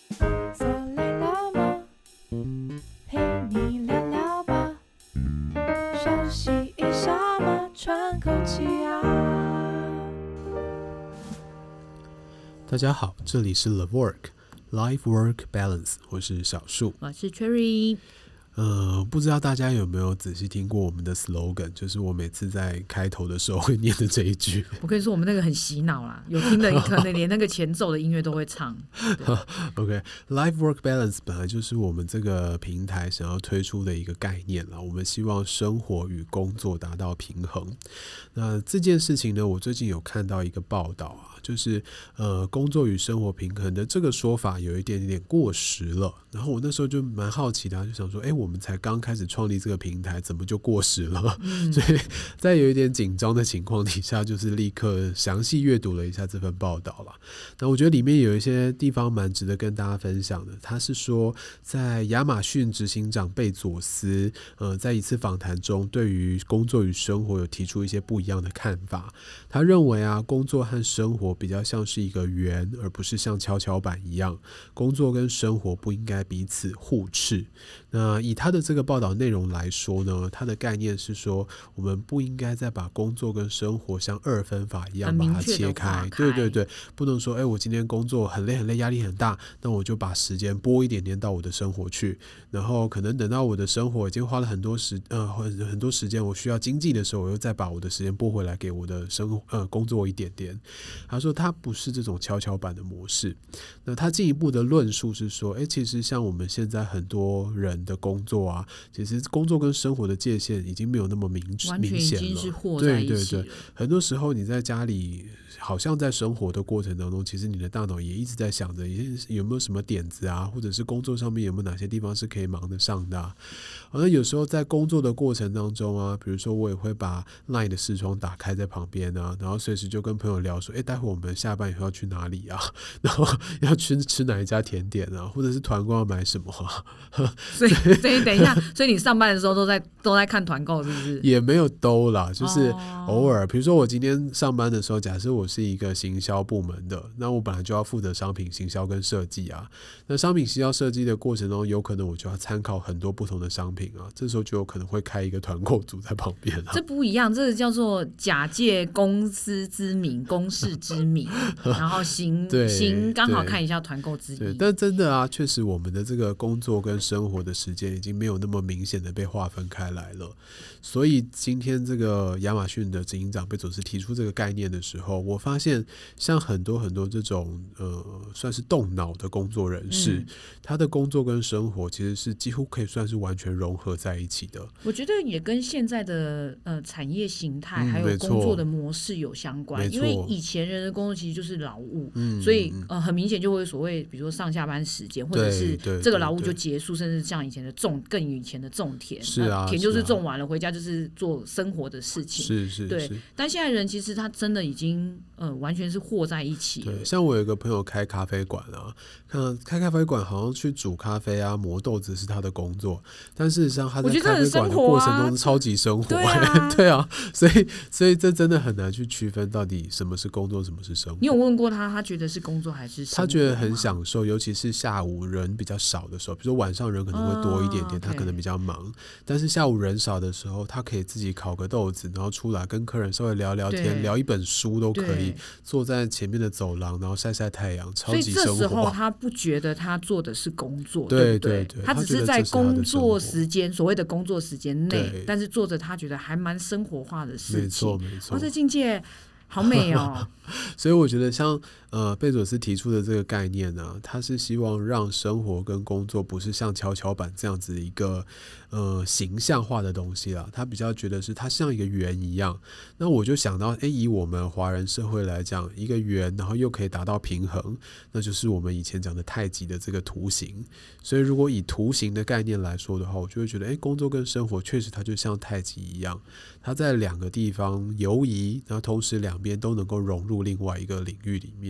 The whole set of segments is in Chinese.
坐累了吗？陪你聊聊吧，休息一下嘛，喘口气啊。 大家好，这里是 The Work Life Work Balance， 我是小树， 我是 Cherry。 不知道大家有没有仔细听过我们的 slogan， 就是我每次在开头的时候会念的这一句。 我跟你说，我们那个很洗脑啦，有听的可能连那个前奏的音乐都会唱。 OK，Life Work Balance 本来就是我们这个平台想要推出的一个概念啦。我们希望生活与工作达到平衡。那这件事情呢，我最近有看到一个报道啊，就是工作与生活平衡的这个说法有一点点过时了。然后我那时候就蛮好奇的，就想说，我们才刚开始创立这个平台，怎么就过时了？所以在有一点紧张的情况底下，就是立刻详细阅读了一下这份报道了。那我觉得里面有一些地方蛮值得跟大家分享的。他是说，在亚马逊执行长贝佐斯，在一次访谈中，对于工作与生活有提出一些不一样的看法。他认为啊，工作和生活比较像是一个圆，而不是像跷跷板一样，工作跟生活不应该彼此互斥。那以他的这个报道内容来说呢，他的概念是说，我们不应该再把工作跟生活像二分法一样把它切开。对，不能说我今天工作很累很累，压力很大，那我就把时间拨一点点到我的生活去，然后可能等到我的生活已经花了很多时间，我需要经济的时候，我又再把我的时间拨回来给我的工作一点点。他说他不是这种跷跷板的模式。那他进一步的论述是说，其实像我们现在很多人的工作啊，其实工作跟生活的界限已经没有那么明显了， 完全已经是和在一起了。 对，很多时候你在家里好像在生活的过程当中，其实你的大脑也一直在想着有没有什么点子啊，或者是工作上面有没有哪些地方是可以忙得上的啊。那有时候在工作的过程当中啊，比如说我也会把 LINE 的视窗打开在旁边啊，然后随时就跟朋友聊说，待会我们下班以后要去哪里啊，然后要去吃哪一家甜点啊，或者是团购要买什么啊。 所以等一下，所以你上班的时候都在看团购是不是？ 也没有都啦，就是偶尔，比如说我今天上班的时候，假设我是一个行销部门的，那我本来就要负责商品行销跟设计啊。那商品行销设计的过程中，有可能我就要参考很多不同的商品啊，这时候就有可能会开一个团购组在旁边啊。 这不一样，这个叫做假借公司之名、公事之名，然后行刚好看一下团购之意。 但真的啊，确实我们的这个工作跟生活的时间已经没有那么明显的被划分开来了。所以今天这个亚马逊的执行长贝佐斯提出这个概念的时候，我发现像很多这种算是动脑的工作人士，他的工作跟生活其实是几乎可以算是完全融合在一起的。 我觉得也跟现在的产业形态还有工作的模式有相关，因为以前人的工作其实就是劳务，所以很明显就会所谓比如说上下班时间，或者是这个劳务就结束，甚至像以前的更以前的种田， 是啊， 田就是种完了，回家就是做生活的事情，对。但现在人其实他真的已经完全是和在一起了。 对，像我有一个朋友开咖啡馆啊，开咖啡馆好像去煮咖啡啊、磨豆子是他的工作，但事实上他在咖啡馆的过程中是超级生活，对啊，所以这真的很难去区分到底什么是工作，什么是生活。 你有问过他觉得是工作还是生活吗？ 他觉得很享受，尤其是下午人比较少的时候，比如说晚上人可能会多一点点，他可能比较忙，但是下午人少的时候，他可以自己烤个豆子，然后出来跟客人稍微聊聊天，聊一本书都可以，坐在前面的走廊，然后晒晒太阳，超级生活。 所以这时候他不觉得他做的是工作， 对不对？他只是在工作时间，所谓的工作时间内，但是做着他觉得还蛮生活化的事情。 没错， 这境界好美哦。 所以我觉得像贝佐斯提出的这个概念呢，他是希望让生活跟工作不是像跷跷板这样子一个形象化的东西啦，他比较觉得是它像一个圆一样。那我就想到以我们华人社会来讲，一个圆然后又可以达到平衡，那就是我们以前讲的太极的这个图形。所以如果以图形的概念来说的话，我就会觉得工作跟生活确实它就像太极一样，它在两个地方游移，然后同时两边都能够融入另外一个领域里面。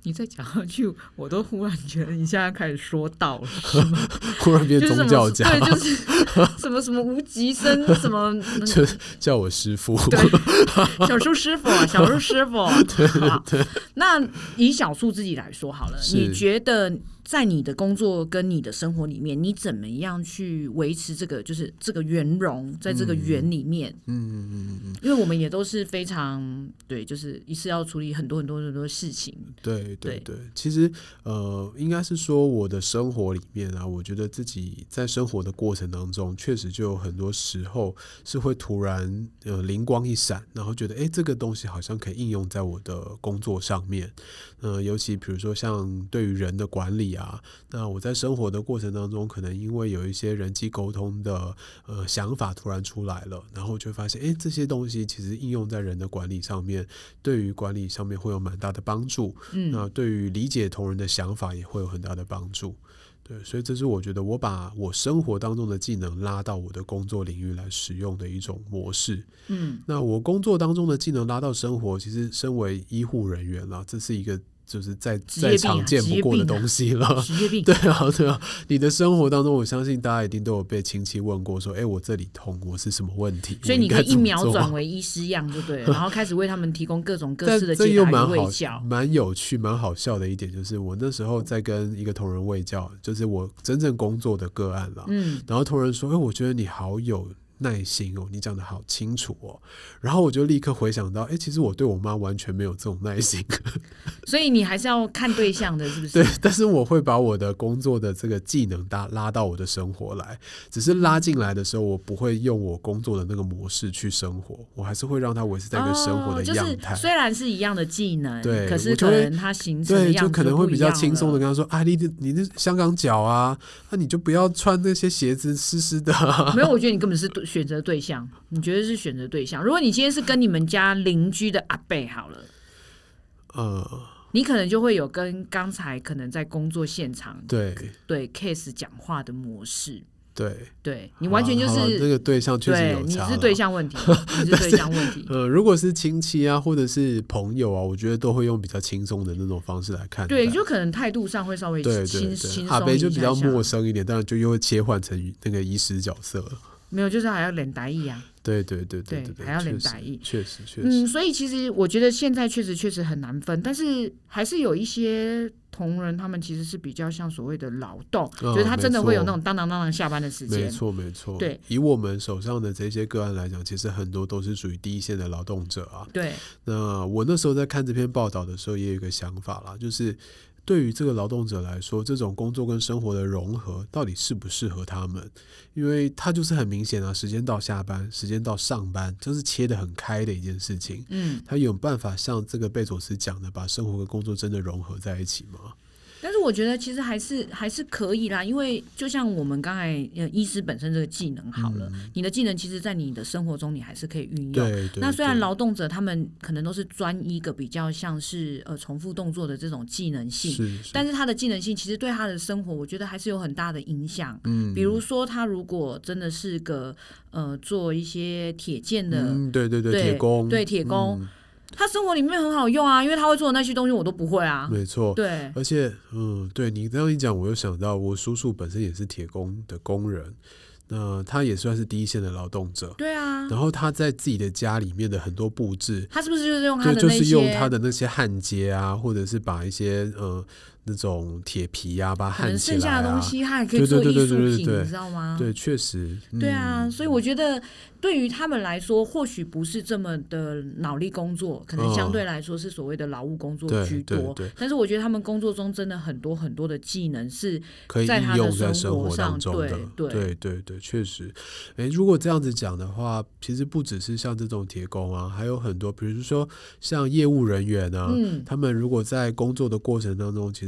你再讲下去，我都忽然觉得你现在开始说道了， 忽然变宗教家， 对，就是什么什么无极生，什么就叫我师父， 对，小树师傅，小树师傅。对，那以小树自己来说好了，你觉得在你的工作跟你的生活里面，你怎么样去维持这个就是这个圆融，在这个圆里面？因为我们也都是非常对，就是一次要处理很多很多很多事情。 对，其实应该是说我的生活里面啊，我觉得自己在生活的过程当中，确实就有很多时候是会突然灵光一闪，然后觉得这个东西好像可以应用在我的工作上面。尤其比如说像对于人的管理啊，那我在生活的过程当中，可能因为有一些人际沟通的想法突然出来了，然后就会发现这些东西其实应用在人的管理上面，对于管理上面会有蛮大的帮助。那对于理解同仁的想法也会有很大的帮助。对，所以这是我觉得我把我生活当中的技能拉到我的工作领域来使用的一种模式。那我工作当中的技能拉到生活，其实身为医护人员啦，这是一个就是再常见不过的东西了。 职业病。 对啊，你的生活当中，我相信大家一定都有被亲戚问过说，我这里痛，我是什么问题？ 所以你可以一秒转为医师样就对了，然后开始为他们提供各种各式的解答与卫教。 蛮有趣、蛮好笑的一点就是，我那时候在跟一个同仁卫教，就是我真正工作的个案啦。然后同仁说，我觉得你好有耐心哦，你讲得好清楚哦。然后我就立刻回想到，其实我对我妈完全没有这种耐心。 所以你还是要看对象的，是不是？ 对，但是我会把我的工作的这个技能拉到我的生活来，只是拉进来的时候，我不会用我工作的那个模式去生活，我还是会让它维持在一个生活的样态。 虽然是一样的技能， 对， 可是可能它形成的样子就可能会比较轻松的跟他说你那香港脚啊，你就不要穿那些鞋子湿湿的。 没有，我觉得你根本是选择对象，你觉得是选择对象。如果你今天是跟你们家邻居的阿伯好了，你可能就会有跟刚才可能在工作现场对 case 讲话的模式。对，你完全就是那个对象确实有差， 你是对象问题，你是对象问题。 如果是亲戚啊，或者是朋友啊，我觉得都会用比较轻松的那种方式来看待。 对，就可能态度上会稍微轻松一下。 阿伯就比较陌生一点，当然就又会切换成那个医师角色了。 没有，就是还要练台语啊。 对， 还要练台语， 确实。 所以其实我觉得现在确实很难分，但是还是有一些同仁，他们其实是比较像所谓的劳动，就是他真的会有那种当当下班的时间。 没错。 对， 以我们手上的这些个案来讲，其实很多都是属于第一线的劳动者啊。 对。 那我那时候在看这篇报道的时候，也有一个想法啦，就是对于这个劳动者来说，这种工作跟生活的融合到底适不适合他们？因为他就是很明显啊，时间到下班，时间到上班，就是切得很开的一件事情。他有办法像这个贝佐斯讲的，把生活跟工作真的融合在一起吗？ 但是我觉得其实还是可以啦，因为就像我们刚才医师本身这个技能好了，你的技能其实在你的生活中你还是可以运用。 对， 那虽然劳动者他们可能都是专一个比较像是重复动作的这种技能性，但是他的技能性其实对他的生活我觉得还是有很大的影响。比如说他如果真的是个做一些铁件的， 对，铁工， 对铁工。他生活里面很好用啊，因为他会做的那些东西我都不会啊。 没错， 对， 而且对你这样一讲，我又想到我叔叔本身也是铁工的工人，那他也算是第一线的劳动者。 对啊， 然后他在自己的家里面的很多布置， 他是不是就是用他的那些， 就是用他的那些焊接啊，或者是把一些那种铁皮啊，把它焊起来啊， 剩下的东西他还可以做艺术品，你知道吗？ 对，确实。 对啊，所以我觉得对于他们来说，或许不是这么的脑力工作，可能相对来说是所谓的劳务工作居多。但是我觉得他们工作中真的很多很多的技能是可以应用在生活当中的。对，确实。如果这样子讲的话，其实不只是像这种铁工啊，还有很多，比如说像业务人员啊，他们如果在工作的过程当中，其实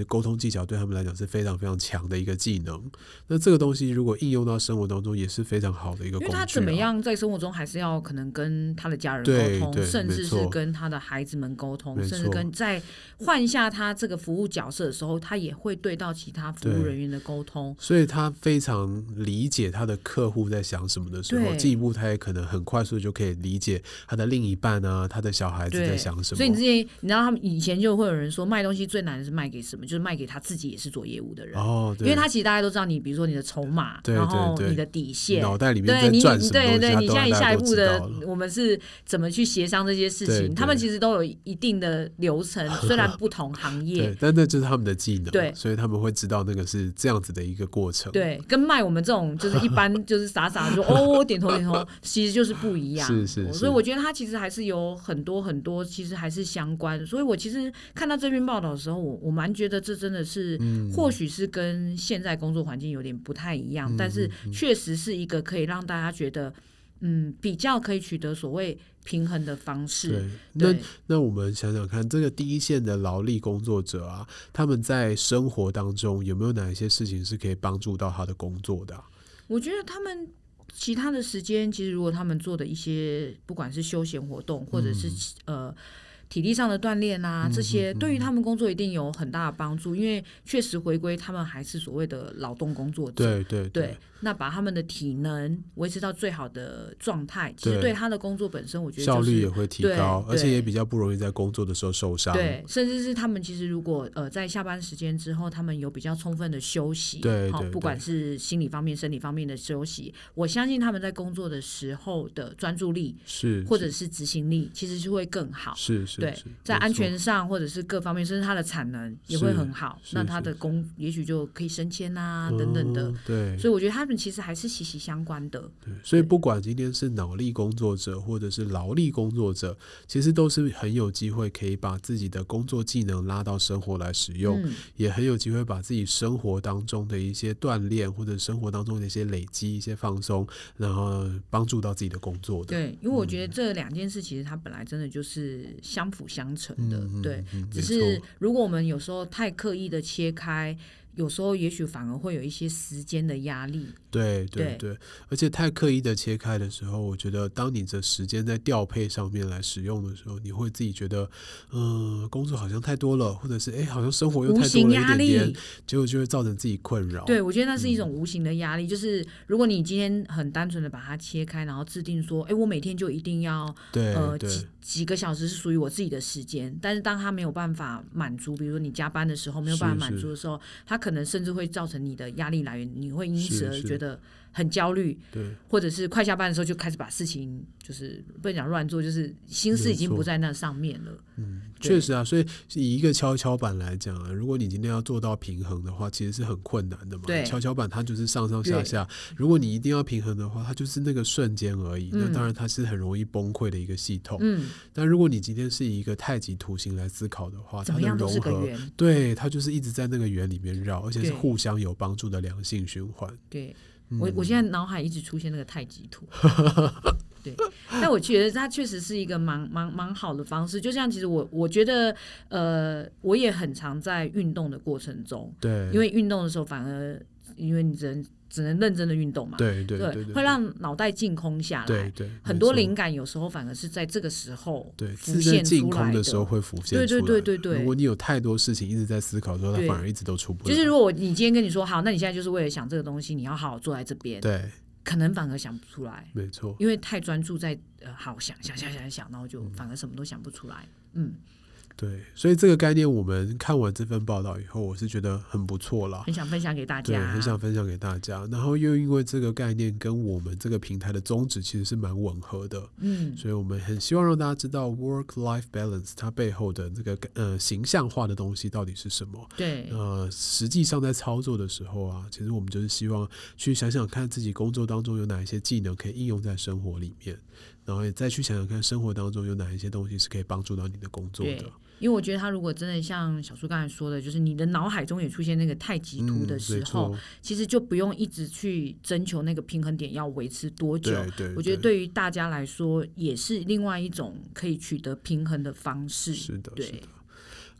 实沟通技巧对他们来讲是非常非常强的一个技能。那这个东西如果应用到生活当中，也是非常好的一个工具，因为他怎么样在生活中还是要可能跟他的家人沟通，甚至是跟他的孩子们沟通，甚至跟在换下他这个服务角色的时候，他也会对到其他服务人员的沟通。 所以他非常理解他的客户在想什么的时候，进一步他也可能很快速就可以理解他的另一半啊，他的小孩子在想什么。 所以你之前你知道他们以前就会有人说，卖东西最难的是卖给什么？就是卖给他自己也是做业务的人。因为他其实大家都知道你，比如说你的筹码，然后你的底线， 脑袋里面在转什么东西， 对，你现在下一步的我们是怎么去协商这些事情，他们其实都有一定的流程，虽然不同行业， 对，但那就是他们的技能， 对， 所以他们会知道那个是这样子的一个过程。 对，跟卖我们这种就是一般就是傻傻就哦点头点头，其实就是不一样。 是， 所以我觉得他其实还是有很多很多，其实还是相关。所以我其实看到这篇报道的时候，我蛮觉得这真的是，或许是跟现在工作环境有点不太一样，但是确实是一个可以让大家觉得，比较可以取得所谓平衡的方式。 对，那我们想想看，这个第一线的劳力工作者啊，他们在生活当中有没有哪一些事情是可以帮助到他的工作的我觉得他们其他的时间，其实如果他们做的一些不管是休闲活动，或者是体力上的锻炼啊，这些对于他们工作一定有很大的帮助，因为确实回归他们还是所谓的劳动工作者。对，那把他们的体能维持到最好的状态，其实对他的工作本身，我觉得、效率也会提高，而且也比较不容易在工作的时候受伤。 对，甚至是他们其实如果在下班时间之后，他们有比较充分的休息， 对， 不管是心理方面、生理方面的休息，我相信他们在工作的时候的专注力或者是执行力，其实是会更好。 是。 对，在安全上或者是各方面，甚至他的产能也会很好，那他的也许就可以升迁啊等等的。 对， 所以我觉得他们其实还是息息相关的。 对，所以不管今天是脑力工作者或者是劳力工作者，其实都是很有机会可以把自己的工作技能拉到生活来使用，也很有机会把自己生活当中的一些锻炼或者生活当中的一些累积、一些放松，然后帮助到自己的工作的。 对，因为我觉得这两件事其实它本来真的就是相辅相成的。对，只是如果我们有时候太刻意的切开，有时候也许反而会有一些时间的压力。 对，而且太刻意的切开的时候，我觉得当你的时间在调配上面来使用的时候，你会自己觉得工作好像太多了，或者是好像生活又太多了一点点，结果就会造成自己困扰。 对，我觉得那是一种无形的压力，就是如果你今天很单纯的把它切开，然后制定说我每天就一定要几个小时是属于我自己的时间，但是当他没有办法满足，比如说你加班的时候没有办法满足的时候，他可能甚至会造成你的压力来源，你会因此而觉得很焦虑， 对， 或者是快下班的时候就开始把事情就是不能讲乱做，就是心思已经不在那上面了。 确实啊，所以以一个跷跷板来讲啊，如果你今天要做到平衡的话，其实是很困难的嘛。 对， 跷跷板它就是上上下下，如果你一定要平衡的话，它就是那个瞬间而已。那当然它是很容易崩溃的一个系统。但如果你今天是以一个太极图形来思考的话，它的融合，对，它就是一直在那个圆里面绕，而且是互相有帮助的良性循环。 对，我现在脑海一直出现那个太极图。对，但我觉得它确实是一个蛮好的方式。就像其实我觉得我也很常在运动的过程中， 对， 因为运动的时候反而因为你只能认真的运动嘛， 对， 会让脑袋净空下来， 对， 很多灵感有时候反而是在这个时候浮现出来的， 在净空的时候会浮现出来。 对， 如果你有太多事情一直在思考的时候，它反而一直都出不来。 就是如果你今天跟你说好，那你现在就是为了想这个东西，你要好好坐在这边， 对， 可能反而想不出来， 没错， 因为太专注在好想，然后就反而什么都想不出来。 对，所以这个概念我们看完这份报道以后，我是觉得很不错啦， 很想分享给大家， 对，很想分享给大家。然后又因为这个概念跟我们这个平台的宗旨其实是蛮吻合的，所以我们很希望让大家知道 work-life balance 它背后的这个形象化的东西到底是什么。 对， 实际上在操作的时候啊，其实我们就是希望去想想看自己工作当中有哪一些技能可以应用在生活里面。然后也再去想想看生活当中有哪一些东西是可以帮助到你的工作的。 因为我觉得他如果真的像小叔刚才说的，就是你的脑海中也出现那个太极图的时候，其实就不用一直去征求那个平衡点要维持多久。 对， 我觉得对于大家来说也是另外一种可以取得平衡的方式。 是的， 对。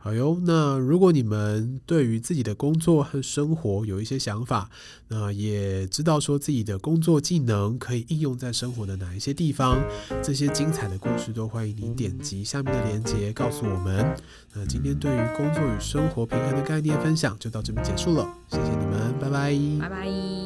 好哟，那如果你们对于自己的工作和生活有一些想法，那也知道说自己的工作技能可以应用在生活的哪一些地方，这些精彩的故事都欢迎您点击下面的连结告诉我们。那今天对于工作与生活平衡的概念分享就到这边结束了，谢谢你们，拜拜。 拜拜。